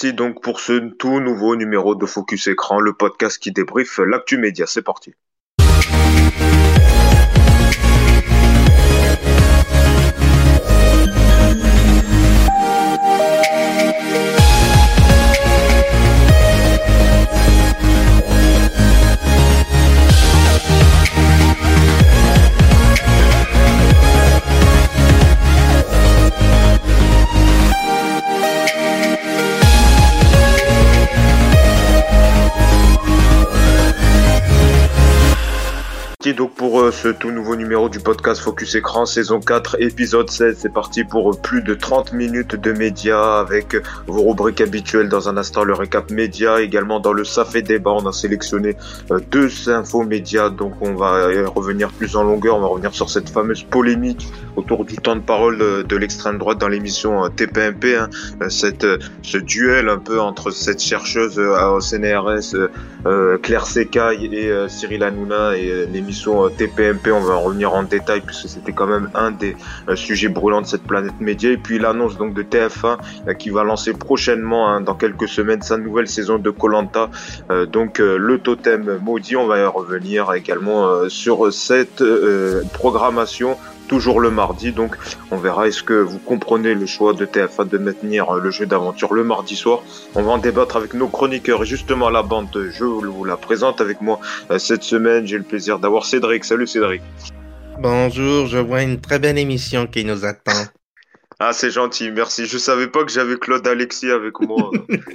parti donc pour ce tout nouveau numéro de Focus Écran, le podcast qui débriefe l'actu média. C'est parti. Donc pour ce tout nouveau numéro du podcast Focus Écran, saison 4, épisode 16, c'est parti pour plus de 30 minutes de médias avec vos rubriques habituelles. Dans un instant, le récap média, également dans le Ça fait débat, on a sélectionné deux infos médias, donc on va revenir plus en longueur, on va revenir sur cette fameuse polémique autour du temps de parole de l'extrême droite dans l'émission TPMP, ce duel un peu entre cette chercheuse au CNRS, Claire Secaille et Cyril Hanouna et l'émission TPMP, on va en revenir en détail puisque c'était quand même un des sujets brûlants de cette planète média. Et puis l'annonce donc de TF1 qui va lancer prochainement dans quelques semaines sa nouvelle saison de Koh-Lanta, donc le totem maudit. On va y revenir également sur cette programmation toujours le mardi, donc on verra est-ce que vous comprenez le choix de TF1 de maintenir le jeu d'aventure le mardi soir. On va en débattre avec nos chroniqueurs et justement la bande, je vous la présente avec moi cette semaine. J'ai le plaisir d'avoir Cédric. Salut Cédric. Bonjour, je vois une très belle émission qui nous attend. Ah, c'est gentil, merci. Je savais pas que j'avais Claude Alexis avec moi.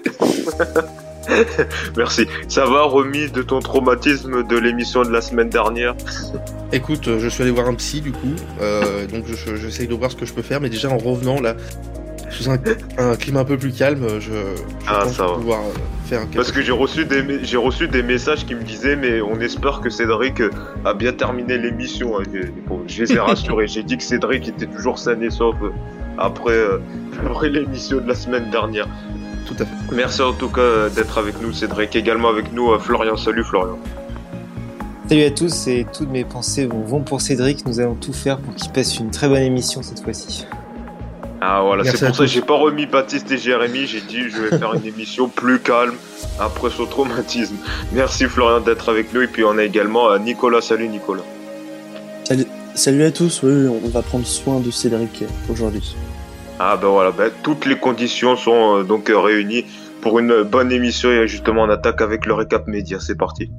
Merci. Ça va, remis de ton traumatisme de l'émission de la semaine dernière? Écoute, je suis allé voir un psy du coup, donc j'essaye de voir ce que je peux faire, mais déjà en revenant là, sous un climat un peu plus calme, je pense ça va. pouvoir faire quelque Parce que chose. j'ai reçu des messages qui me disaient mais on espère que Cédric a bien terminé l'émission. Je les ai rassurés. J'ai dit que Cédric était toujours sain et sauf après l'émission de la semaine dernière. Tout à fait. Merci en tout cas d'être avec nous Cédric. Également avec nous Florian. Salut Florian. Salut à tous, et toutes mes pensées vont pour Cédric. Nous allons tout faire pour qu'il passe une très bonne émission cette fois-ci. Ah voilà, Merci c'est pour à ça que tous. j'ai pas remis Baptiste et Jérémy. J'ai dit je vais faire une émission plus calme après ce traumatisme. Merci Florian d'être avec nous. Et puis on a également Nicolas. Salut Nicolas. Salut à tous, oui, on va prendre soin de Cédric aujourd'hui. Ah ben voilà, toutes les conditions sont donc réunies pour une bonne émission et justement on attaque avec le récap média. C'est parti.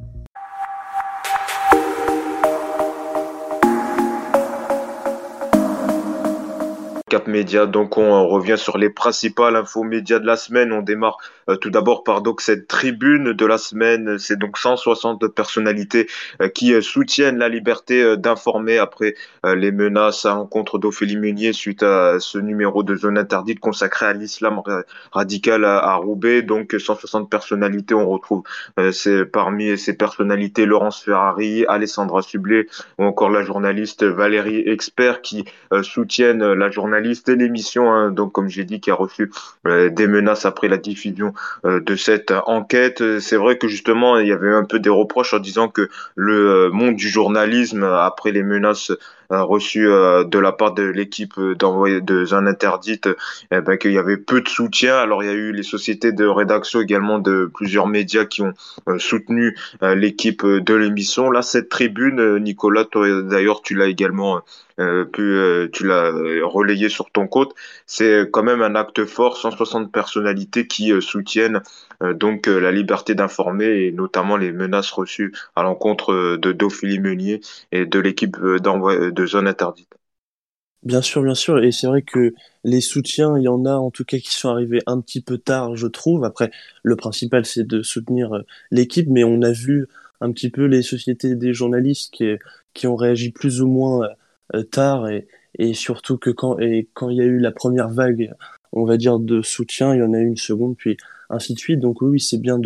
Cap Média, donc on revient sur les principales infos médias de la semaine. On démarre tout d'abord par donc cette tribune de la semaine. C'est donc 160 personnalités qui soutiennent la liberté d'informer après les menaces à l'encontre d'Ophélie Meunier suite à ce numéro de Zone Interdite consacré à l'islam radical à Roubaix. Donc 160 personnalités, on retrouve parmi ces personnalités Laurence Ferrari, Alessandra Sublet ou encore la journaliste Valérie Expert qui soutiennent la journaliste et l'émission, donc comme j'ai dit, qui a reçu des menaces après la diffusion de cette enquête. C'est vrai que justement il y avait un peu des reproches en disant que le monde du journalisme, après les menaces reçues de la part de l'équipe d'envoyé de Zone Interdite, qu'il y avait peu de soutien. Alors il y a eu les sociétés de rédaction également de plusieurs médias qui ont soutenu l'équipe de l'émission. Là, cette tribune, Nicolas, toi d'ailleurs tu l'as également tu l'as relayé sur ton compte. C'est quand même un acte fort, 160 personnalités qui soutiennent donc la liberté d'informer et notamment les menaces reçues à l'encontre de d'Ophélie Meunier et de l'équipe de Zone Interdite. Bien sûr, et c'est vrai que les soutiens, il y en a en tout cas qui sont arrivés un petit peu tard, je trouve. Après, le principal, c'est de soutenir l'équipe, mais on a vu un petit peu les sociétés des journalistes qui ont réagi plus ou moins tard, et surtout que quand il y a eu la première vague, on va dire, de soutien, il y en a eu une seconde, puis ainsi de suite. Donc oui, c'est bien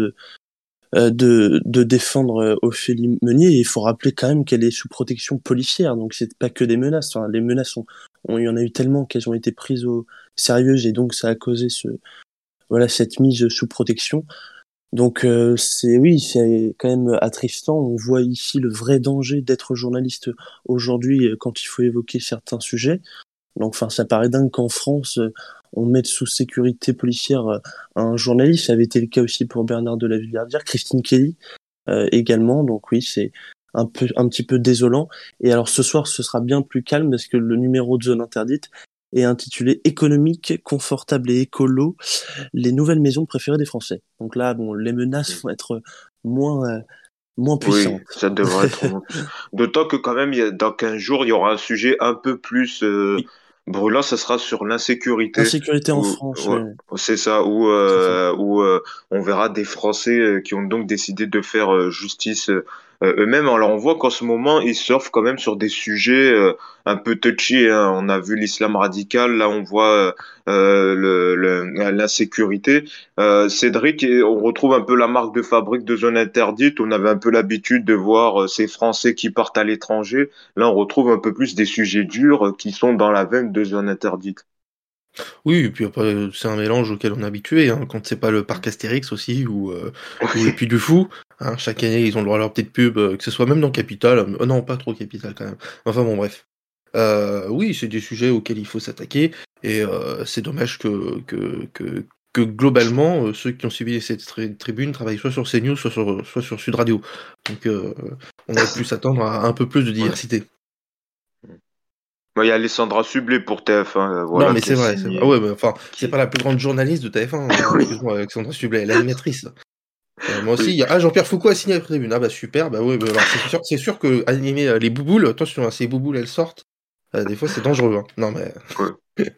de défendre Ophélie Meunier. Et il faut rappeler quand même qu'elle est sous protection policière, donc c'est pas que des menaces. Enfin, les menaces, il y en a eu tellement qu'elles ont été prises au sérieux, et donc ça a causé cette mise sous protection. Donc c'est quand même attristant. On voit ici le vrai danger d'être journaliste aujourd'hui quand il faut évoquer certains sujets. Donc enfin, ça paraît dingue qu'en France on mette sous sécurité policière un journaliste. Ça avait été le cas aussi pour Bernard de la Villardière, Christine Kelly également. Donc oui, c'est un petit peu désolant. Et alors ce soir, ce sera bien plus calme parce que le numéro de Zone Interdite est intitulé Économique, confortable et écolo, les nouvelles maisons préférées des Français. Donc là, bon, les menaces vont être moins Oui, puissantes. ça devrait être moins plus. D'autant que quand même, dans 15 jours, il y aura un sujet un peu plus Oui, brûlant, ça sera sur l'insécurité. l'insécurité en France, Ouais, ouais, c'est ça, où, tout à fait. on verra des Français qui ont donc décidé de faire justice eux-mêmes. Alors on voit qu'en ce moment, ils surfent quand même sur des sujets un peu touchy, hein. On a vu l'islam radical, là on voit l'insécurité. Cédric, et on retrouve un peu la marque de fabrique de Zone Interdite. On avait un peu l'habitude de voir ces Français qui partent à l'étranger. Là, on retrouve un peu plus des sujets durs qui sont dans la veine de Zone Interdite. Oui, et puis après, c'est un mélange auquel on est habitué, hein, quand c'est pas le parc Astérix aussi, ou les Puy du Fou, hein, chaque année ils ont le droit à leur petite pub, que ce soit même dans Capital, non pas trop Capital quand même, enfin bon bref. Oui, c'est des sujets auxquels il faut s'attaquer, et c'est dommage que globalement, ceux qui ont suivi cette tribune travaillent soit sur CNews, soit sur Sud Radio. Donc on aurait pu s'attendre à un peu plus de Ouais. diversité. Bah, il y a Alessandra Sublet pour TF1, Non, voilà, mais qui est c'est vrai. Ah signée. ouais, mais enfin, c'est Qui... pas la plus grande journaliste de TF1, hein, Oui, excuse-moi, Alexandra Sublet, l'animatrice. Moi aussi, oui. Jean-Pierre Foucault a signé la tribune. Ah bah super, bah ouais, bah alors c'est sûr que animer les bouboules, attention, hein, ces bouboules elles sortent, des fois c'est dangereux, hein. Non mais. Ouais.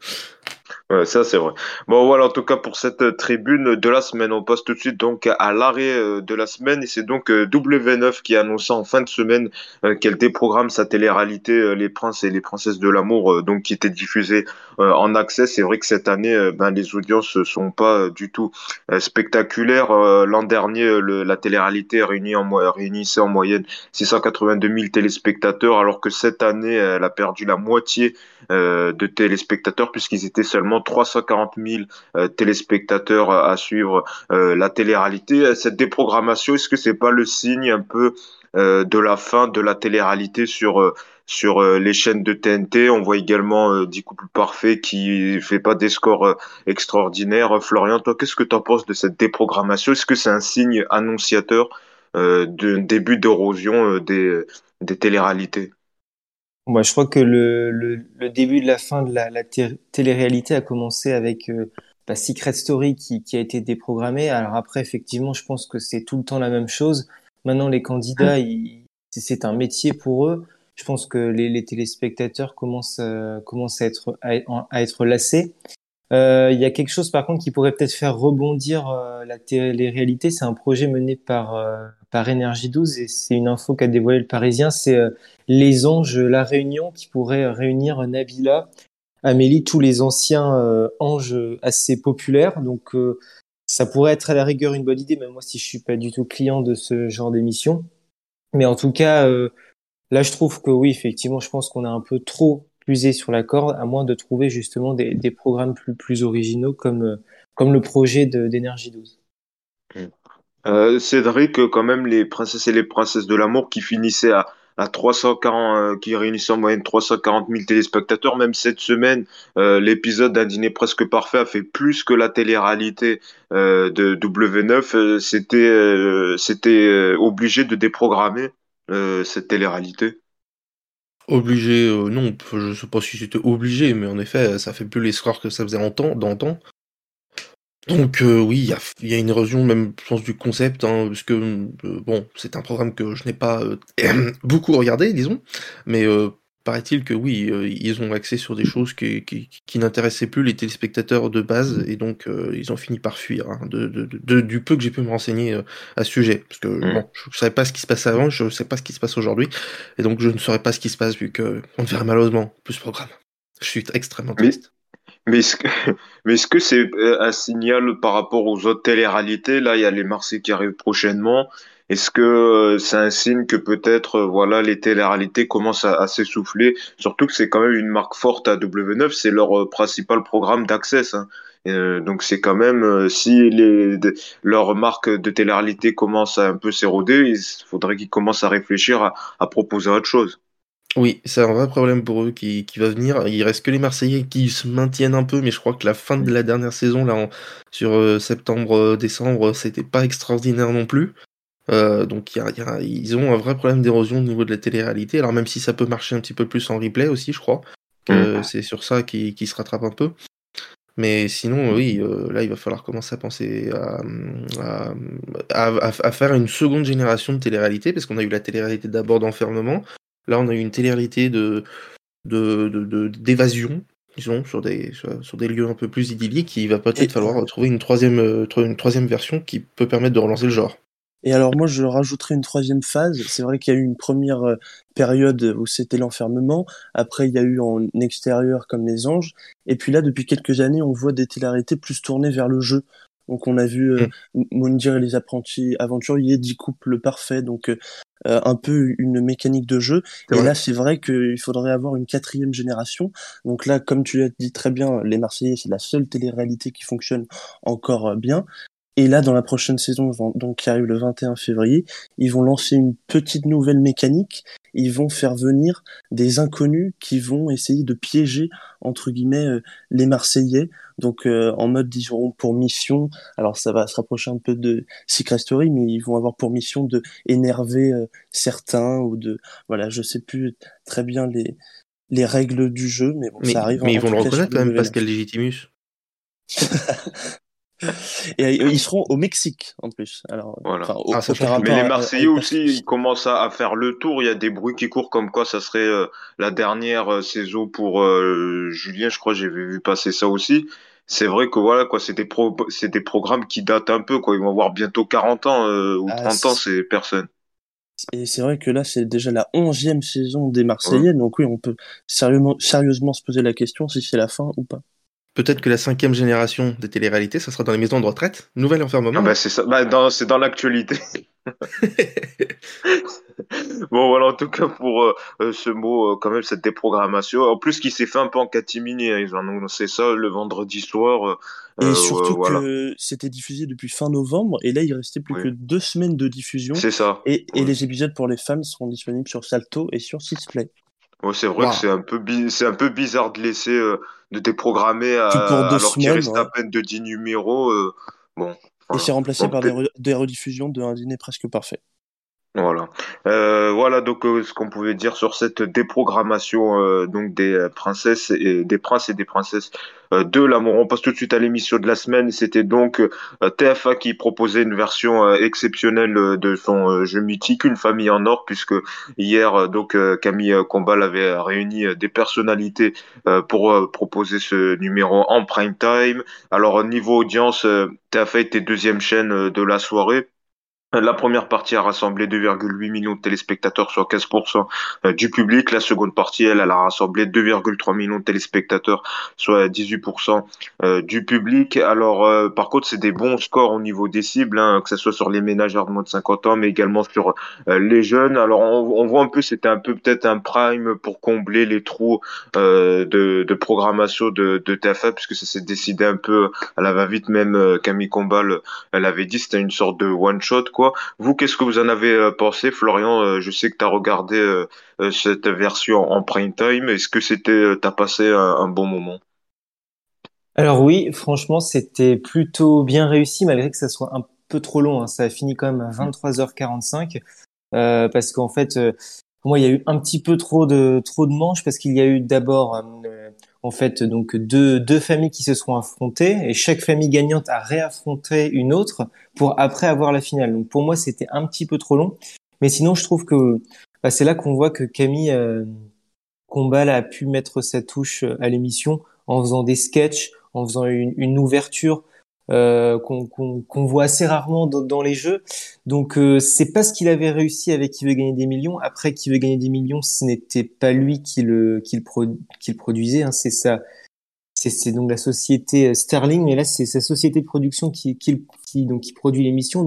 Ouais, ça c'est vrai. Bon voilà, en tout cas pour cette tribune de la semaine, on passe tout de suite donc à l'arrêt de la semaine et c'est donc W9 qui a annoncé en fin de semaine qu'elle déprogramme sa télé-réalité Les Princes et les Princesses de l'amour donc qui était diffusée en accès. C'est vrai que cette année ben les audiences sont pas du tout spectaculaires. L'an dernier la télé-réalité réunissait en moyenne 682 000 téléspectateurs alors que cette année elle a perdu la moitié de téléspectateurs puisqu'ils étaient seulement 340 000 téléspectateurs à suivre la télé-réalité. Cette déprogrammation, est-ce que c'est pas le signe un peu de la fin de la télé-réalité sur les chaînes de TNT? On voit également 10 couples parfaits qui fait pas des scores extraordinaires. Florian, toi, qu'est-ce que tu en penses de cette déprogrammation? Est-ce que c'est un signe annonciateur d'un début d'érosion des télé-réalités? Moi, je crois que le début de la fin de la télé-réalité a commencé avec Secret Story qui a été déprogrammé. Alors après, effectivement, je pense que c'est tout le temps la même chose. Maintenant, les candidats, c'est un métier pour eux. Je pense que les téléspectateurs commencent à être lassés. Il y a quelque chose par contre qui pourrait peut-être faire rebondir la télé-réalité. C'est un projet mené par Énergie 12 et c'est une info qu'a dévoilé le Parisien. C'est Les Anges La Réunion qui pourrait réunir Nabila, Amélie, tous les anciens anges assez populaires. Donc ça pourrait être à la rigueur une bonne idée, même moi si je suis pas du tout client de ce genre d'émission. Mais en tout cas, là, je trouve que oui, effectivement, je pense qu'on a un peu trop pusé sur la corde, à moins de trouver justement des programmes plus originaux comme le projet d'Énergie 12. Cédric, quand même, les princesses et les princesses de l'amour qui finissaient à 340, qui réunissaient en moyenne 340 000 téléspectateurs. Même cette semaine, l'épisode d'un dîner presque parfait a fait plus que la télé-réalité de W9. C'était obligé de déprogrammer cette télé-réalité. Obligé, non, je sais pas si c'était obligé, mais en effet, ça fait plus les scores que ça faisait d'antan. Donc oui, il y a une érosion même, je pense, du concept, hein, parce que bon, c'est un programme que je n'ai pas beaucoup regardé, disons, mais paraît-il que oui, ils ont axé sur des choses qui n'intéressaient plus les téléspectateurs de base, et donc ils ont fini par fuir, hein, du peu que j'ai pu me renseigner à ce sujet, parce que Hmm. bon, je savais pas ce qui se passait avant, je ne sais pas ce qui se passe aujourd'hui, et donc je ne saurais pas ce qui se passe vu que on ne verra malheureusement plus ce programme. Je suis extrêmement Mais triste. Mais est-ce que, mais est-ce que c'est un signal par rapport aux autres télé-réalités? Là, il y a les Marseillais qui arrivent prochainement. Est-ce que c'est un signe que peut-être voilà les télé-réalités commencent à s'essouffler? Surtout que c'est quand même une marque forte à W9, c'est leur principal programme d'access, hein. Donc c'est quand même si leur marque de télé-réalité commence à un peu s'éroder, il faudrait qu'ils commencent à réfléchir à proposer autre chose. Oui, c'est un vrai problème pour eux qui va venir. Il reste que les Marseillais qui se maintiennent un peu, mais je crois que la fin de la dernière saison, là, sur septembre, décembre, c'était pas extraordinaire non plus. Donc ils ont un vrai problème d'érosion au niveau de la télé-réalité. Alors même si ça peut marcher un petit peu plus en replay aussi, je crois que c'est sur ça qu'ils se rattrapent un peu. Mais sinon, oui, là, il va falloir commencer à penser à faire une seconde génération de télé-réalité, parce qu'on a eu la télé-réalité d'abord d'enfermement. Là, on a eu une télé-réalité d'évasion, disons, sur des lieux un peu plus idylliques. Il va peut-être falloir trouver une troisième version qui peut permettre de relancer le genre. Et alors moi, je rajouterais une troisième phase. C'est vrai qu'il y a eu une première période où c'était l'enfermement. Après, il y a eu en extérieur comme les anges. Et puis là, depuis quelques années, on voit des télé-réalités plus tournées vers le jeu. Donc on a vu Moundir et les apprentis aventuriers, 10 couples parfaits. Donc un peu une mécanique de jeu. Et là, c'est vrai qu'il faudrait avoir une quatrième génération. Donc là, comme tu l'as dit très bien, les Marseillais, c'est la seule télé-réalité qui fonctionne encore bien. Et là, dans la prochaine saison, donc qui arrive le 21 février, ils vont lancer une petite nouvelle mécanique. Ils vont faire venir des inconnus qui vont essayer de piéger, entre guillemets, les Marseillais. Donc, en mode, ils auront pour mission, alors ça va se rapprocher un peu de Secret Story, mais ils vont avoir pour mission de énerver certains ou de, voilà, je sais plus très bien les règles du jeu, mais bon, ça arrive mais ils en vont tout le cas reconnaître sur quand le même, nouvel Pascal Légitimus. Et ils seront au Mexique en plus. Alors, Voilà. aucun Mais les rapport Marseillais avec aussi, Pacifique. ils commencent à faire le tour. Il y a des bruits qui courent comme quoi ça serait la dernière saison pour Julien. Je crois que j'ai vu passer ça aussi. C'est vrai que voilà quoi, c'est des programmes qui datent un peu quoi. Ils vont avoir bientôt 40 ans ou Ah, 30 ans ces personnes. et c'est vrai que là, c'est déjà la 11e saison des Ouais. Marseillais. Donc oui, on peut sérieusement se poser la question si c'est la fin ou pas. Peut-être que la 5e génération des téléréalités, ça sera dans les maisons de retraite. Nouvel Ah enfermement. bah c'est ça. Bah, c'est dans l'actualité. Bon, voilà, en tout cas, pour ce mot, quand même, cette déprogrammation. En plus, qui s'est fait un peu en catimini, hein. Ils ont annoncé ça le vendredi soir. Et surtout Voilà. que c'était diffusé depuis fin novembre. Et là, il restait plus Oui, que 2 semaines de diffusion. c'est ça. Et Ouais. les épisodes pour les fans seront disponibles sur Salto et sur Sisplay. Ouais, c'est vrai que Waouh. c'est un peu bizarre de laisser, de déprogrammer Puis pour deux alors qu'il semaines, reste à ouais. peine de 10 numéros. Bon, Et voilà. c'est remplacé Bon, par des rediffusions de Un dîner presque parfait. voilà. Voilà donc ce qu'on pouvait dire sur cette déprogrammation donc des princesses et des princes et des princesses de l'amour. On passe tout de suite à l'émission de la semaine. C'était donc TF1 qui proposait une version exceptionnelle de son jeu mythique, Une famille en or, puisque hier Camille Combal avait réuni des personnalités pour proposer ce numéro en prime time. Alors au niveau audience, TF1 était deuxième chaîne de la soirée. La première partie a rassemblé 2,8 millions de téléspectateurs, soit 15% du public. La seconde partie, elle a rassemblé 2,3 millions de téléspectateurs, soit 18% du public. Alors, par contre, c'est des bons scores au niveau des cibles, hein, que ce soit sur les ménagères de moins de 50 ans, mais également sur les jeunes. Alors, on voit un peu, c'était un peu peut-être un prime pour combler les trous de programmation de TF1, puisque ça s'est décidé un peu à la va-vite. Même Camille Combal, elle avait dit, c'était une sorte de one-shot, quoi. Vous, qu'est-ce que vous en avez pensé, Florian? Je sais que tu as regardé cette version en prime time. Est-ce que t'as passé un bon moment? Alors oui, franchement, c'était plutôt bien réussi, malgré que ça soit un peu trop long, hein. Ça a fini quand même à 23h45, parce qu'en fait, pour moi, il y a eu un petit peu trop de manches, parce qu'il y a eu d'abord, en fait, donc deux familles qui se sont affrontées, et chaque famille gagnante a réaffronté une autre pour après avoir la finale. Donc pour moi, c'était un petit peu trop long, mais sinon, je trouve que bah, c'est là qu'on voit que Camille Combal a pu mettre sa touche à l'émission en faisant des sketchs, en faisant une ouverture qu'on voit assez rarement dans les jeux. Donc c'est pas ce qu'il avait réussi avec Qui veut gagner des millions. Après Qui veut gagner des millions, ce n'était pas lui qui le produisait, hein, c'est donc la société Sterling, mais là c'est sa société de production qui produit l'émission.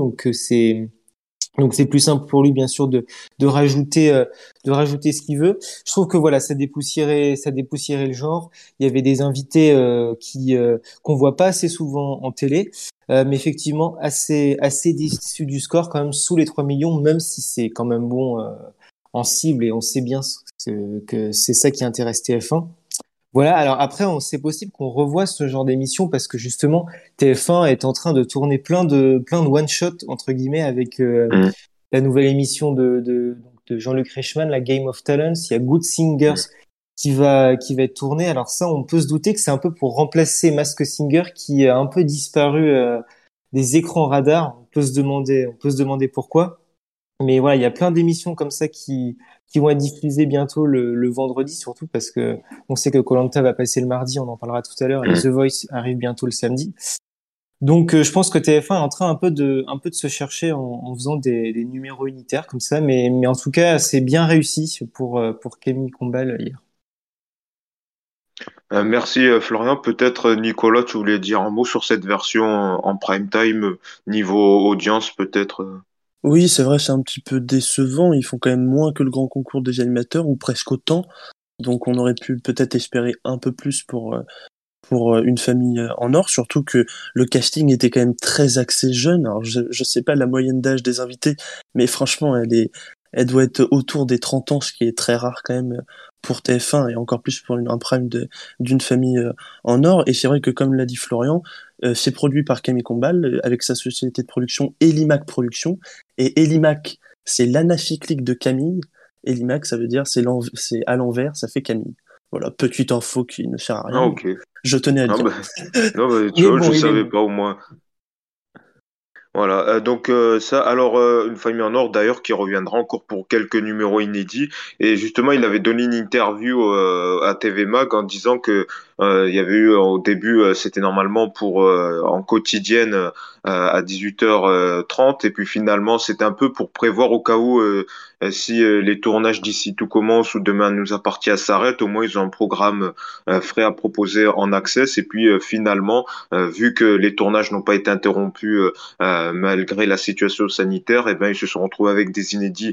Donc c'est plus simple pour lui bien sûr de rajouter ce qu'il veut. Je trouve que voilà, ça dépoussiérait le genre. Il y avait des invités qui qu'on voit pas assez souvent en télé, mais effectivement assez déçu du score quand même, sous les 3 millions, même si c'est quand même bon en cible, et on sait bien que c'est ça qui intéresse TF1. Voilà, alors après, c'est possible qu'on revoie ce genre d'émission parce que justement, TF1 est en train de tourner plein de one-shot, entre guillemets, avec Mm, la nouvelle émission de Jean-Luc Reichmann, la Game of Talents. Il y a Good Singers mm. qui va être tourné. Alors ça, on peut se douter que c'est un peu pour remplacer Masked Singer qui a un peu disparu des écrans radars. On peut se demander pourquoi. Mais voilà, il y a plein d'émissions comme ça qui vont être diffusées bientôt le vendredi, surtout parce que on sait que koh va passer le mardi, on en parlera tout à l'heure, et Mm. The Voice arrive bientôt le samedi. Donc je pense que TF1 est en train un peu de se chercher en faisant des numéros unitaires comme ça, mais en tout cas c'est bien réussi pour Camille Combal hier. Merci Florian. Peut-être Nicolas, tu voulais dire un mot sur cette version en prime time, niveau audience peut-être. Oui, c'est vrai, c'est un petit peu décevant. Ils font quand même moins que le grand concours des animateurs, ou presque autant. Donc on aurait pu peut-être espérer un peu plus pour Une famille en or, surtout que le casting était quand même très axé jeune. Alors je sais pas la moyenne d'âge des invités, mais franchement elle doit être autour des 30 ans, ce qui est très rare quand même pour TF1 et encore plus pour un prime d'Une famille en or. Et c'est vrai que comme l'a dit Florian, c'est produit par Camille Combal avec sa société de production Elimac Productions. Et Elimac, c'est l'anacyclique de Camille. Elimac, ça veut dire c'est à l'envers, ça fait Camille. Voilà, petite info qui ne sert à Ah rien, mais ok. je tenais à le Ah dire. bah, non, bah, tu Il est vois, je bon, il est savais bon. pas au moins. Voilà, donc ça, alors Une famille en or d'ailleurs qui reviendra encore pour quelques numéros inédits. Et justement, il avait donné une interview à TV Mag en disant que il y avait eu au début, c'était normalement pour en quotidienne à 18h30, et puis finalement c'était un peu pour prévoir au cas où si les tournages d'ici tout commence ou Demain nous appartient s'arrête, au moins ils ont un programme frais à proposer en access. Et puis finalement, vu que les tournages n'ont pas été interrompus malgré la situation sanitaire, eh ben, ils se sont retrouvés avec des inédits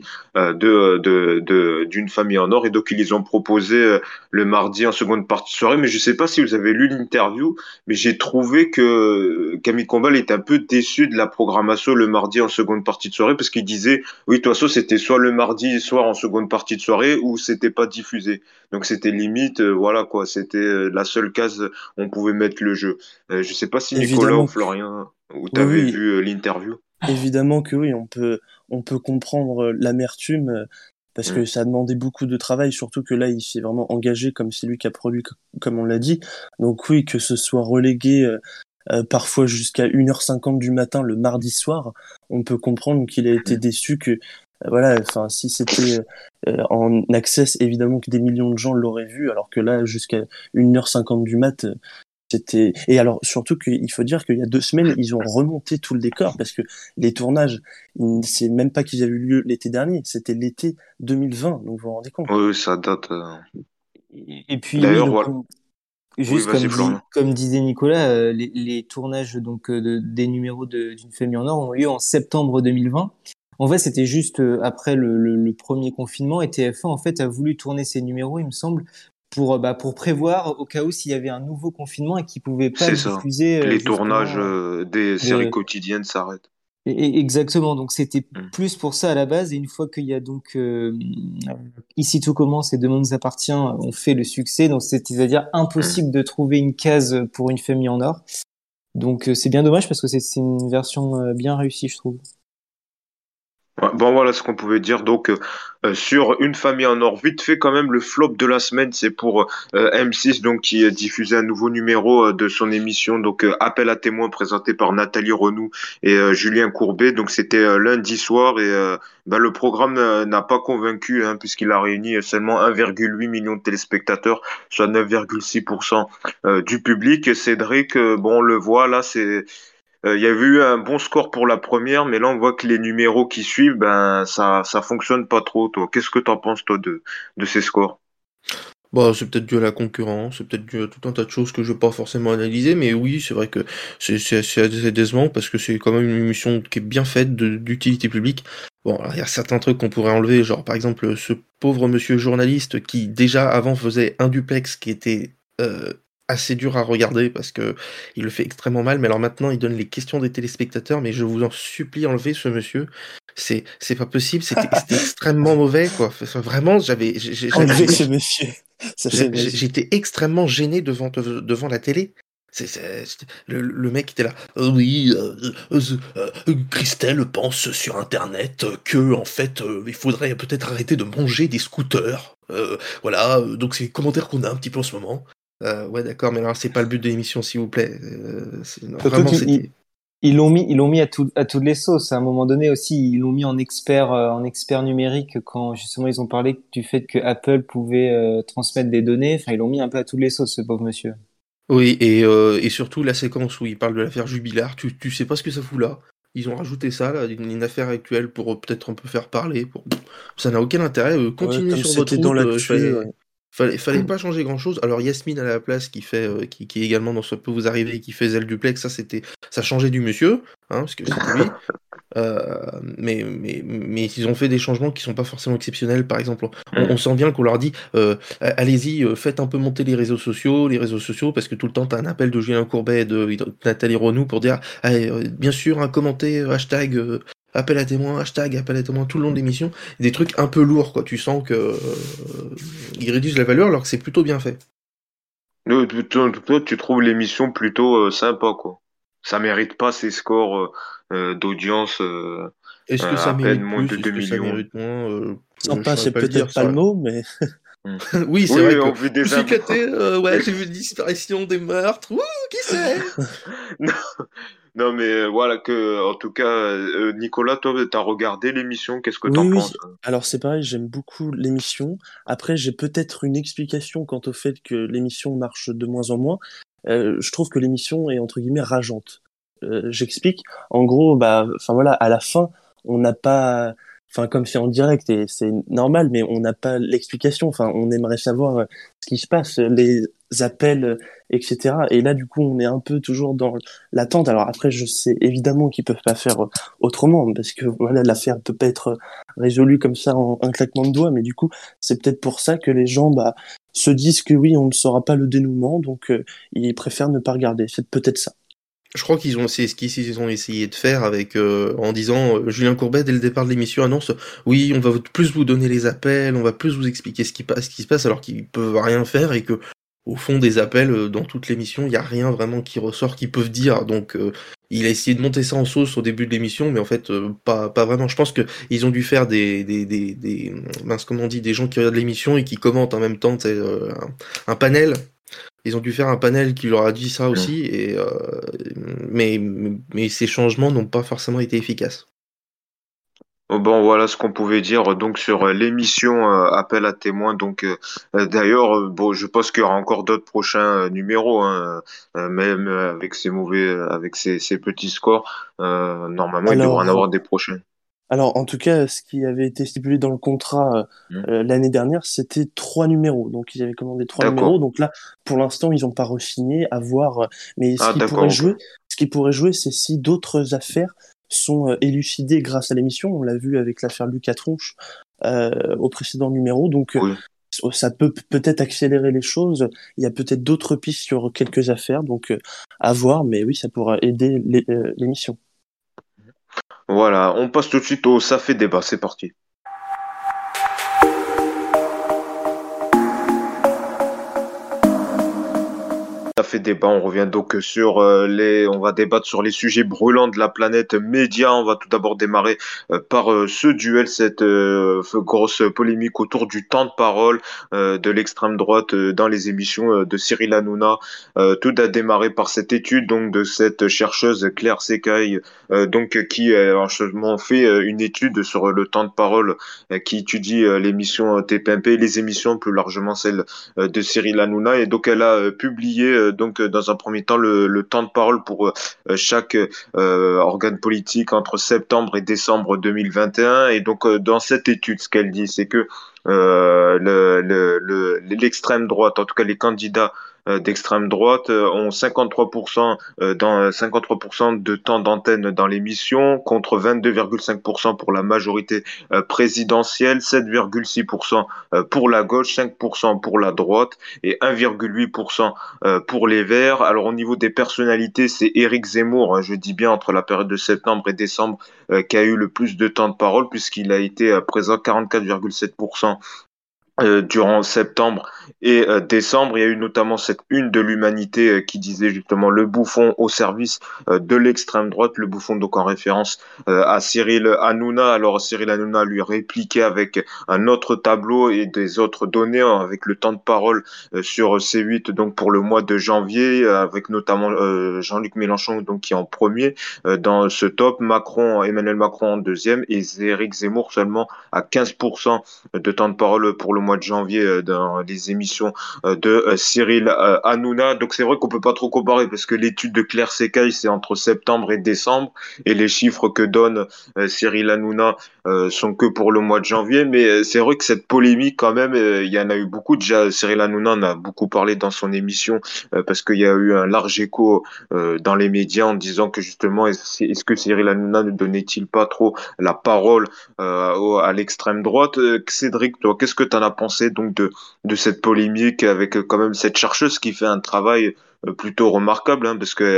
d'une famille en or, et donc ils les ont proposés le mardi en seconde partie de soirée. Mais je sais pas si vous avez lu l'interview, mais j'ai trouvé que Camille Combal était un peu déçu de la programmation le mardi en seconde partie de soirée, parce qu'il disait, oui, de toute façon, c'était soit le mardi soir en seconde partie de soirée ou c'était pas diffusé. Donc c'était limite, voilà quoi, c'était la seule case où on pouvait mettre le jeu. Je sais pas si Nicolas ou Évidemment, Florian, vous oui, t'avez oui, vu l'interview. évidemment que oui, on peut comprendre l'amertume parce que Mm. ça a demandé beaucoup de travail, surtout que là, il s'est vraiment engagé comme c'est lui qui a produit, comme on l'a dit. Donc oui, que ce soit relégué parfois jusqu'à 1h50 du matin le mardi soir, on peut comprendre qu'il a été déçu que voilà, enfin si c'était en access, évidemment que des millions de gens l'auraient vu, alors que là jusqu'à 1h50 du mat, c'était et alors surtout qu'il faut dire qu'il y a 2 semaines ils ont remonté tout le décor parce que les tournages, c'est même pas qu'ils avaient eu lieu l'été dernier, c'était l'été 2020, donc vous vous rendez compte. Oui, ça date. Et puis oui, D'ailleurs, donc voilà. Oui, juste vas-y, Florian. comme disait Nicolas, les tournages donc des numéros d'une famille en or ont lieu en septembre 2020. En fait, c'était juste après le premier confinement, et TF1 en fait a voulu tourner ces numéros, il me semble, pour prévoir au cas où s'il y avait un nouveau confinement et qu'ils pouvaient pas C'est ça. diffuser Les tournages justement des séries de quotidiennes s'arrêtent. exactement. Donc c'était Mm. plus pour ça à la base. Et une fois qu'il y a donc Ici tout commence et Demain nous appartient, on fait le succès. Donc c'est-à-dire Mm. impossible de trouver une case pour Une famille en or. Donc c'est bien dommage parce que c'est une version bien réussie, je trouve. Ouais, bon, voilà ce qu'on pouvait dire. Donc, sur Une famille en or, vite fait quand même, le flop de la semaine, c'est pour M6, donc qui diffusait un nouveau numéro de son émission, donc Appel à témoins, présenté par Nathalie Renou et Julien Courbet. Donc, c'était lundi soir, et bah, le programme n'a pas convaincu, hein, puisqu'il a réuni seulement 1,8 million de téléspectateurs, soit 9,6% du public. Et Cédric, bon, on le voit là, il y avait eu un bon score pour la première, mais là on voit que les numéros qui suivent, ben ça fonctionne pas trop. Toi, qu'est-ce que t'en penses toi de ces scores? Bah, c'est peut-être dû à la concurrence, c'est peut-être dû à tout un tas de choses que je vais pas forcément analyser, mais oui, c'est vrai que c'est assez décevant parce que c'est quand même une émission qui est bien faite, d'utilité publique. Bon, alors, il y a certains trucs qu'on pourrait enlever, genre par exemple ce pauvre monsieur journaliste qui déjà avant faisait un duplex qui était assez dur à regarder parce que il le fait extrêmement mal, mais alors maintenant il donne les questions des téléspectateurs, mais je vous en supplie enlevez ce monsieur. c'est pas possible, c'était extrêmement mauvais, quoi. Enfin, vraiment, Enlevez ce monsieur. Ça fait j'étais extrêmement gêné devant la télé. Le mec était là. Oui, Christelle pense sur Internet que en fait, il faudrait peut-être arrêter de manger des scooters. Voilà, donc c'est les commentaires qu'on a un petit peu en ce moment. Ouais, d'accord, mais alors c'est pas le but de l'émission, s'il vous plaît. Surtout Vraiment, qu'ils c'était. ils l'ont mis à toutes les sauces. À un moment donné aussi, ils l'ont mis en expert numérique quand justement ils ont parlé du fait que Apple pouvait transmettre des données. Enfin, ils l'ont mis un peu à toutes les sauces, ce pauvre monsieur. Oui, et surtout la séquence où il parle de l'affaire Jubilard, tu sais pas ce que ça fout là. Ils ont rajouté ça, là, une affaire actuelle pour peut-être un peu faire parler. Ça n'a aucun intérêt. ouais, Continuez comme sur votre c'était dans route. l'actu. Ouais. Fallait pas changer grand-chose. Alors Yasmine à la place qui est également dans Ça peut vous arriver, qui fait Zelle Duplex, ça changeait du monsieur, hein, parce que c'était lui. Mais ils ont fait des changements qui sont pas forcément exceptionnels. Par exemple, on sent bien qu'on leur dit allez-y, faites un peu monter les réseaux sociaux, parce que tout le temps t'as un appel de Julien Courbet et de Nathalie Renou pour dire allez, bien sûr, un commenter, hashtag appel à témoins, hashtag appel à témoins tout le long de l'émission. Des trucs un peu lourds, quoi. Tu sens que ils réduisent la valeur alors que c'est plutôt bien fait. Toi, tu trouves l'émission plutôt sympa, quoi. Ça mérite pas ces scores d'audience Est-ce que ça à peine mérite moins de plus? Est-ce 2 que ça millions. mérite moins? Je Sympa, saurais c'est pas le dire. peut-être pas le mot, mais Hmm. Oui, c'est Oui, vrai que on vit je me des suis éclaté, ouais, j'ai vu une disparition, des meurtres. Ouh, qui c'est? Non, non, mais voilà que, en tout cas, Nicolas, toi, t'as regardé l'émission, qu'est-ce que t'en oui, penses? oui. Alors c'est pareil, j'aime beaucoup l'émission. Après, j'ai peut-être une explication quant au fait que l'émission marche de moins en moins. Je trouve que l'émission est entre guillemets rageante. J'explique. En gros, bah, enfin voilà, à la fin, on n'a pas, enfin comme c'est en direct et c'est normal, mais on n'a pas l'explication. Enfin, on aimerait savoir ce qui se passe, les appels, etc. Et là, du coup, on est un peu toujours dans l'attente. Alors après, je sais évidemment qu'ils peuvent pas faire autrement parce que voilà, l'affaire peut pas être résolue comme ça en un claquement de doigts. Mais du coup, c'est peut-être pour ça que les gens, bah, se disent que oui, on ne saura pas le dénouement, donc ils préfèrent ne pas regarder. C'est peut-être ça. Je crois c'est ce qu'ils ont essayé de faire avec en disant Julien Courbet dès le départ de l'émission annonce oui on va plus vous donner les appels, on va plus vous expliquer ce qui se passe alors qu'ils peuvent rien faire et que au fond des appels dans toute l'émission il y a rien vraiment qui ressort qu'ils peuvent dire donc il a essayé de monter ça en sauce au début de l'émission mais en fait pas vraiment. Je pense que ils ont dû faire mince comment on dit des gens qui regardent l'émission et qui commentent en même temps un panel. Ils ont dû faire un panel qui leur a dit ça Hmm. aussi, mais ces changements n'ont pas forcément été efficaces. Bon, voilà ce qu'on pouvait dire donc sur l'émission Appel à témoins. Donc, d'ailleurs, bon, je pense qu'il y aura encore d'autres prochains numéros, hein, même avec ces avec ces petits scores. Normalement, il devrait en Alors, avoir des prochains. Alors, en tout cas, ce qui avait été stipulé dans le contrat Hmm. l'année dernière, c'était 3 numéros. Donc, ils avaient commandé 3 numéros. D'accord. Donc là, pour l'instant, ils n'ont pas re-signé. À voir. Mais Ah, d'accord, ok. ce qui pourrait jouer, c'est si d'autres affaires sont élucidées grâce à l'émission. On l'a vu avec l'affaire Lucas Tronche au précédent numéro. Donc, Oui. ça peut peut-être accélérer les choses. Il y a peut-être d'autres pistes sur quelques affaires. Donc, à voir. Mais oui, ça pourra aider l'émission. Voilà, on passe tout de suite au Ça fait débat. C'est parti. Ça fait débat. On revient donc sur on va débattre sur les sujets brûlants de la planète média. On va tout d'abord démarrer par ce duel, cette grosse polémique autour du temps de parole de l'extrême droite dans les émissions de Cyril Hanouna. Tout a démarré par cette étude donc de cette chercheuse Claire Secaille, donc qui a justement fait une étude sur le temps de parole, qui étudie l'émission TPMP et les émissions plus largement celles de Cyril Hanouna. Et donc elle a publié donc dans un premier temps le temps de parole pour chaque organe politique entre septembre et décembre 2021. Et donc dans cette étude, ce qu'elle dit, c'est que l'extrême droite, en tout cas les candidats d'extrême droite ont 53% dans 53% de temps d'antenne dans l'émission contre 22,5% pour la majorité présidentielle, 7,6% pour la gauche, 5% pour la droite et 1,8% pour les Verts. Alors au niveau des personnalités, c'est Éric Zemmour, je dis bien entre la période de septembre et décembre, qui a eu le plus de temps de parole puisqu'il a été présent 44,7% durant septembre et décembre. Il y a eu notamment cette une de l'Humanité qui disait justement le bouffon au service de l'extrême droite, le bouffon donc en référence à Cyril Hanouna. Alors Cyril Hanouna lui répliquait avec un autre tableau et des autres données avec le temps de parole sur C8 donc pour le mois de janvier avec notamment Jean-Luc Mélenchon donc qui est en premier dans ce top, Emmanuel Macron en deuxième et Éric Zemmour seulement à 15% de temps de parole pour le mois de janvier dans les émissions de Cyril Hanouna. Donc c'est vrai qu'on peut pas trop comparer parce que l'étude de Claire Secaille c'est entre septembre et décembre et les chiffres que donne Cyril Hanouna sont que pour le mois de janvier. Mais c'est vrai que cette polémique quand même, il y en a eu beaucoup. Déjà Cyril Hanouna en a beaucoup parlé dans son émission parce qu'il y a eu un large écho dans les médias en disant que justement est-ce que Cyril Hanouna ne donnait-il pas trop la parole à l'extrême droite. Cédric, toi, qu'est-ce que tu en as pensé donc de cette polémique avec quand même cette chercheuse qui fait un travail plutôt remarquable parce que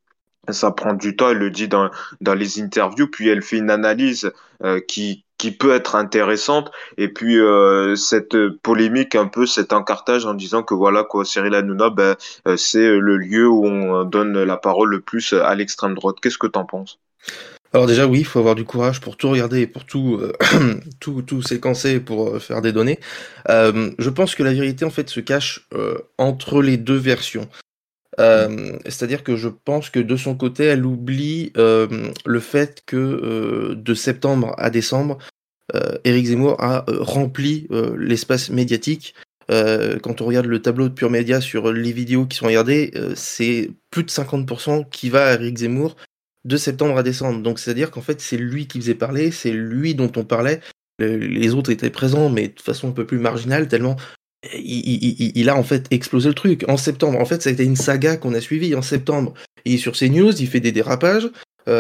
ça prend du temps, elle le dit dans les interviews, puis elle fait une analyse qui peut être intéressante, et puis cette polémique, un peu cet encartage en disant que voilà quoi, Cyril Hanouna, c'est le lieu où on donne la parole le plus à l'extrême droite. Qu'est-ce que t'en penses? Alors déjà oui, il faut avoir du courage pour tout regarder et pour tout tout séquencer pour faire des données. Je pense que la vérité en fait se cache entre les deux versions. C'est-à-dire que je pense que de son côté, elle oublie le fait que de septembre à décembre, Éric Zemmour a rempli l'espace médiatique. Quand on regarde le tableau de Pure Média sur les vidéos qui sont regardées, c'est plus de 50% qui va à Éric Zemmour de septembre à décembre. Donc c'est-à-dire qu'en fait c'est lui qui faisait parler, c'est lui dont on parlait. Les autres étaient présents, mais de façon un peu plus marginale, tellement il a en fait explosé le truc. En septembre, en fait ça a été une saga qu'on a suivie. En septembre, il est sur CNews, il fait des dérapages.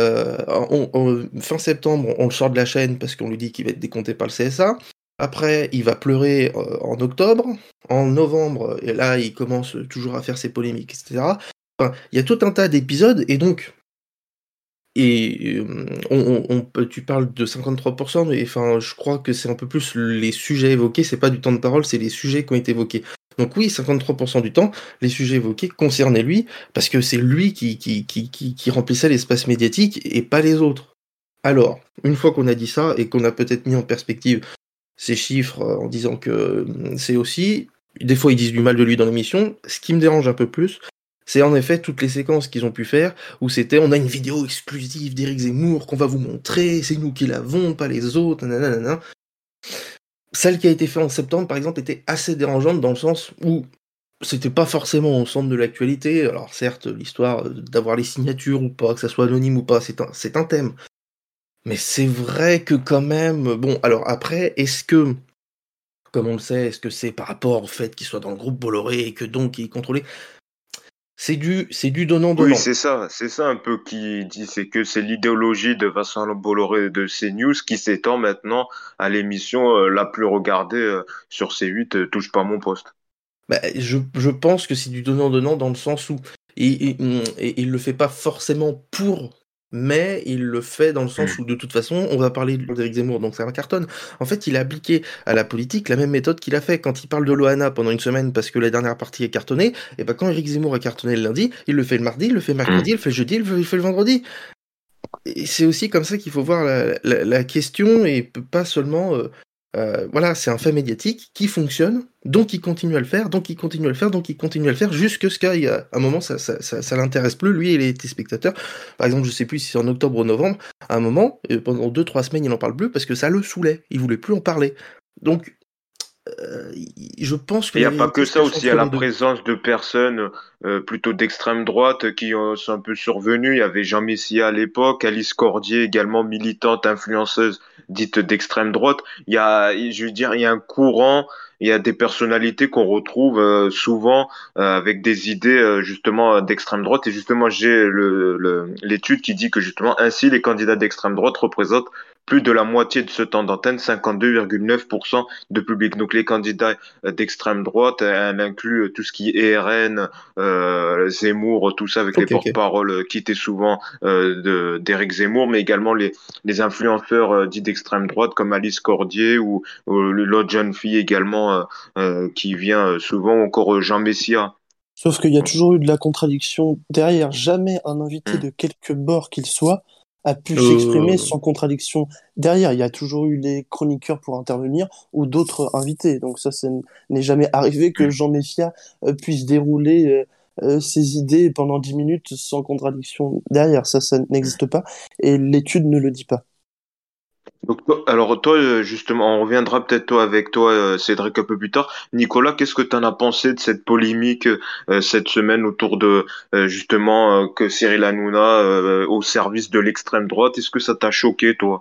Fin septembre, on le sort de la chaîne parce qu'on lui dit qu'il va être décompté par le CSA. Après, il va pleurer en octobre. En novembre, et là, il commence toujours à faire ses polémiques, etc. Enfin, il y a tout un tas d'épisodes, et donc, tu parles de 53%, mais enfin, je crois que c'est un peu plus les sujets évoqués, c'est pas du temps de parole, c'est les sujets qui ont été évoqués. Donc oui, 53% du temps, les sujets évoqués concernaient lui, parce que c'est lui qui remplissait l'espace médiatique et pas les autres. Alors, une fois qu'on a dit ça et qu'on a peut-être mis en perspective ces chiffres en disant que c'est aussi, des fois ils disent du mal de lui dans l'émission, ce qui me dérange un peu plus, c'est en effet toutes les séquences qu'ils ont pu faire, où c'était on a une vidéo exclusive d'Éric Zemmour qu'on va vous montrer, c'est nous qui l'avons, pas les autres, nanana. Celle qui a été faite en septembre, par exemple, était assez dérangeante dans le sens où c'était pas forcément au centre de l'actualité. Alors certes, l'histoire d'avoir les signatures ou pas, que ça soit anonyme ou pas, c'est un thème. Mais c'est vrai que quand même... Bon, alors après, est-ce que, comme on le sait, est-ce que c'est par rapport au fait qu'il soit dans le groupe Bolloré et que donc il est contrôlé? C'est du donnant-donnant. Oui, c'est ça un peu qui dit, c'est que c'est l'idéologie de Vincent Bolloré de CNews qui s'étend maintenant à l'émission la plus regardée sur C8, Touche pas mon poste. Bah, je pense que c'est du donnant-donnant dans le sens où il le fait pas forcément pour, mais il le fait dans le sens où de toute façon on va parler d'Éric Zemmour, donc ça va cartonne. En fait, il a appliqué à la politique la même méthode qu'il a fait quand il parle de Loana pendant une semaine parce que la dernière partie est cartonnée. Et ben quand Éric Zemmour a cartonné le lundi, il le fait le mardi, il le fait le mercredi, il le fait le jeudi, il le fait le vendredi. Et c'est aussi comme ça qu'il faut voir la question et pas seulement voilà, c'est un fait médiatique qui fonctionne, donc il continue à le faire, donc il continue à le faire, donc il continue à le faire, jusqu'à ce qu'à un moment ça l'intéresse plus, lui et les téléspectateurs. Par exemple, je sais plus si c'est en octobre ou novembre, à un moment, pendant 2-3 semaines, il en parle plus parce que ça le saoulait, il voulait plus en parler. Donc, je pense que Il n'y a pas que ça aussi, il y a la de... présence de personnes plutôt d'extrême droite qui sont un peu survenues. Il y avait Jean Messia à l'époque, Alice Cordier également militante, influenceuse dite d'extrême droite. Je veux dire, il y a un courant il y a des personnalités qu'on retrouve souvent avec des idées justement d'extrême droite. Et justement, j'ai l'étude qui dit que justement ainsi les candidats d'extrême droite représentent plus de la moitié de ce temps d'antenne, 52,9% de public. Donc les candidats d'extrême droite, elle inclut tout ce qui est RN, Zemmour, tout ça avec les Ok, ok. porte-paroles qui étaient souvent d'Éric Zemmour, mais également les influenceurs dits d'extrême droite comme Alice Cordier ou l'autre jeune fille également qui vient souvent, ou encore Jean Messia. Sauf qu'il y a toujours eu de la contradiction derrière. Jamais un invité Hmm. de quelque bord qu'il soit a pu s'exprimer Euh, sans contradiction derrière. Il y a toujours eu les chroniqueurs pour intervenir ou d'autres invités. Donc ça n'est jamais arrivé que Jean Messia puisse dérouler ses idées pendant 10 minutes sans contradiction derrière. Ça n'existe pas et l'étude ne le dit pas. Donc, alors toi, justement, on reviendra peut-être toi avec toi, Cédric, un peu plus tard. Nicolas, qu'est-ce que tu en as pensé de cette polémique cette semaine autour de justement que Cyril Hanouna au service de l'extrême droite? Est-ce que ça t'a choqué, toi?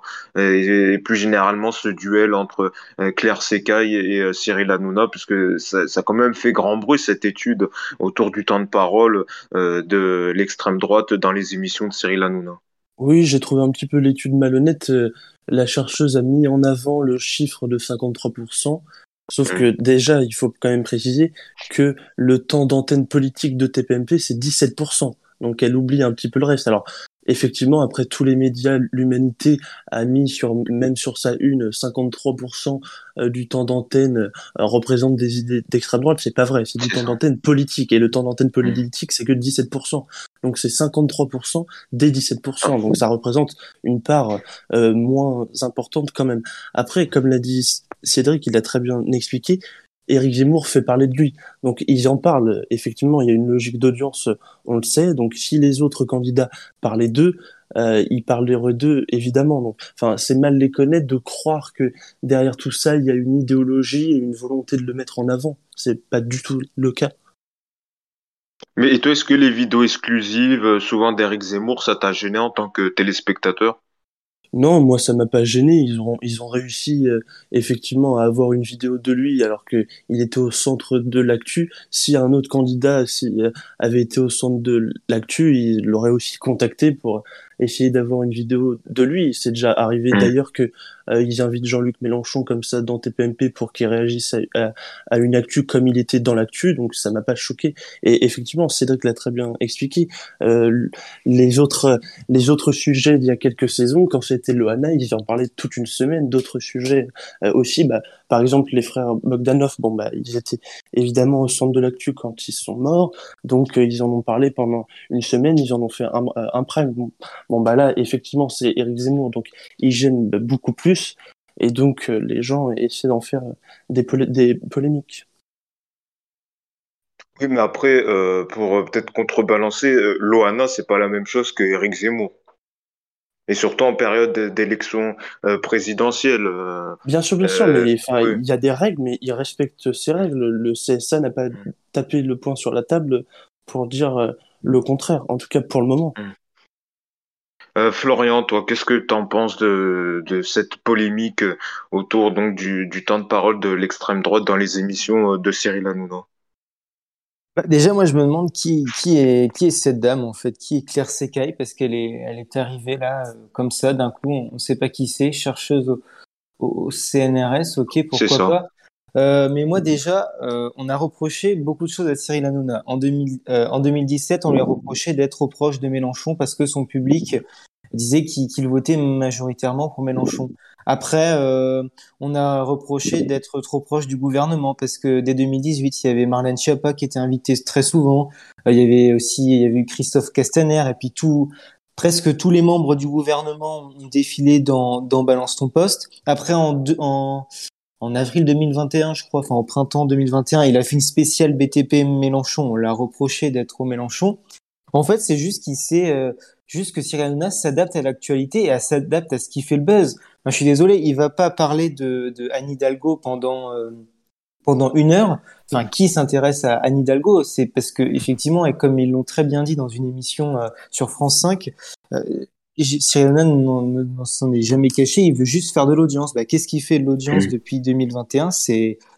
Et plus généralement, ce duel entre Claire Secaille et Cyril Hanouna, puisque ça a quand même fait grand bruit, cette étude autour du temps de parole de l'extrême droite dans les émissions de Cyril Hanouna. Oui, j'ai trouvé un petit peu l'étude malhonnête. La chercheuse a mis en avant le chiffre de 53%. Sauf Hmm. que déjà, il faut quand même préciser que le temps d'antenne politique de TPMP, c'est 17%. Donc elle oublie un petit peu le reste. Alors, effectivement, après tous les médias, l'Humanité a mis même sur sa une, 53% du temps d'antenne représente des idées d'extrême droite. C'est pas vrai. C'est du C'est temps ça. d'antenne politique. Et le temps d'antenne Hmm. politique, c'est que 17%. Donc c'est 53% des 17%. Donc ça représente une part moins importante quand même. Après, comme l'a dit Cédric, il l'a très bien expliqué, Éric Zemmour fait parler de lui. Donc ils en parlent. Effectivement, il y a une logique d'audience, on le sait. Donc si les autres candidats parlaient d'eux, ils parleraient d'eux, évidemment. Donc, enfin, c'est mal les connaître de croire que derrière tout ça, il y a une idéologie et une volonté de le mettre en avant. C'est pas du tout le cas. Mais et toi, est-ce que les vidéos exclusives, souvent d'Éric Zemmour, ça t'a gêné en tant que téléspectateur? Non, moi ça m'a pas gêné. Ils ont réussi effectivement à avoir une vidéo de lui alors que il était au centre de l'actu. Si un autre candidat avait été au centre de l'actu, il l'aurait aussi contacté pour essayer d'avoir une vidéo de lui. C'est déjà arrivé Hmm. d'ailleurs que ils invitent Jean-Luc Mélenchon comme ça dans TPMP pour qu'il réagisse à une actu comme il était dans l'actu. Donc ça m'a pas choqué. Et effectivement, Cédric l'a très bien expliqué. Euh, les autres sujets d'il y a quelques saisons, quand c'était Loana, ils en parlaient toute une semaine. D'autres sujets aussi, bah, par exemple les frères Bogdanov, bon bah ils étaient évidemment au centre de l'actu quand ils sont morts, donc ils en ont parlé pendant une semaine, ils en ont fait un prime. Bon bah là effectivement c'est Éric Zemmour, donc il gêne beaucoup plus, et donc les gens essaient d'en faire des polémiques. Oui, mais après, pour peut-être contrebalancer, Loana, c'est pas la même chose que Éric Zemmour. Et surtout en période d'élection présidentielle. Bien sûr, mais enfin, Oui. il y a des règles, mais ils respectent ces règles. Le CSA n'a pas Hmm. tapé le poing sur la table pour dire le contraire, en tout cas pour le moment. Hmm. Florian, toi, qu'est-ce que tu en penses de cette polémique autour donc du temps de parole de l'extrême droite dans les émissions de Cyril Hanouna? Bah, déjà, moi, je me demande qui est cette dame, en fait, qui est Claire Secaille, parce elle est arrivée là, comme ça, d'un coup, on ne sait pas qui c'est, chercheuse au CNRS, ok, C'est pourquoi ça. pas. Mais moi, déjà, on a reproché beaucoup de choses à Cyril Hanouna. En 2017, on lui a reproché d'être trop proche de Mélenchon parce que son public disait qu'il votait majoritairement pour Mélenchon. Après, on a reproché d'être trop proche du gouvernement parce que dès 2018, il y avait Marlène Schiappa qui était invitée très souvent. Il y avait eu Christophe Castaner et puis presque tous les membres du gouvernement ont défilé dans Balance ton poste. Après, en avril 2021, je crois, enfin au printemps 2021, il a fait une spéciale BTP Mélenchon. On l'a reproché d'être au Mélenchon. En fait, c'est juste juste que Cyril Hanouna s'adapte à l'actualité et s'adapte à ce qui fait le buzz. Enfin, je suis désolé, il va pas parler de Anne Hidalgo pendant 1 heure. Enfin, qui s'intéresse à Anne Hidalgo? C'est parce que effectivement, et comme ils l'ont très bien dit dans une émission sur France 5, euh, Cyril Hanouna n'en s'en est jamais caché. Il veut juste faire de l'audience. Bah, qu'est-ce qui fait de l'audience depuis 2021? C'est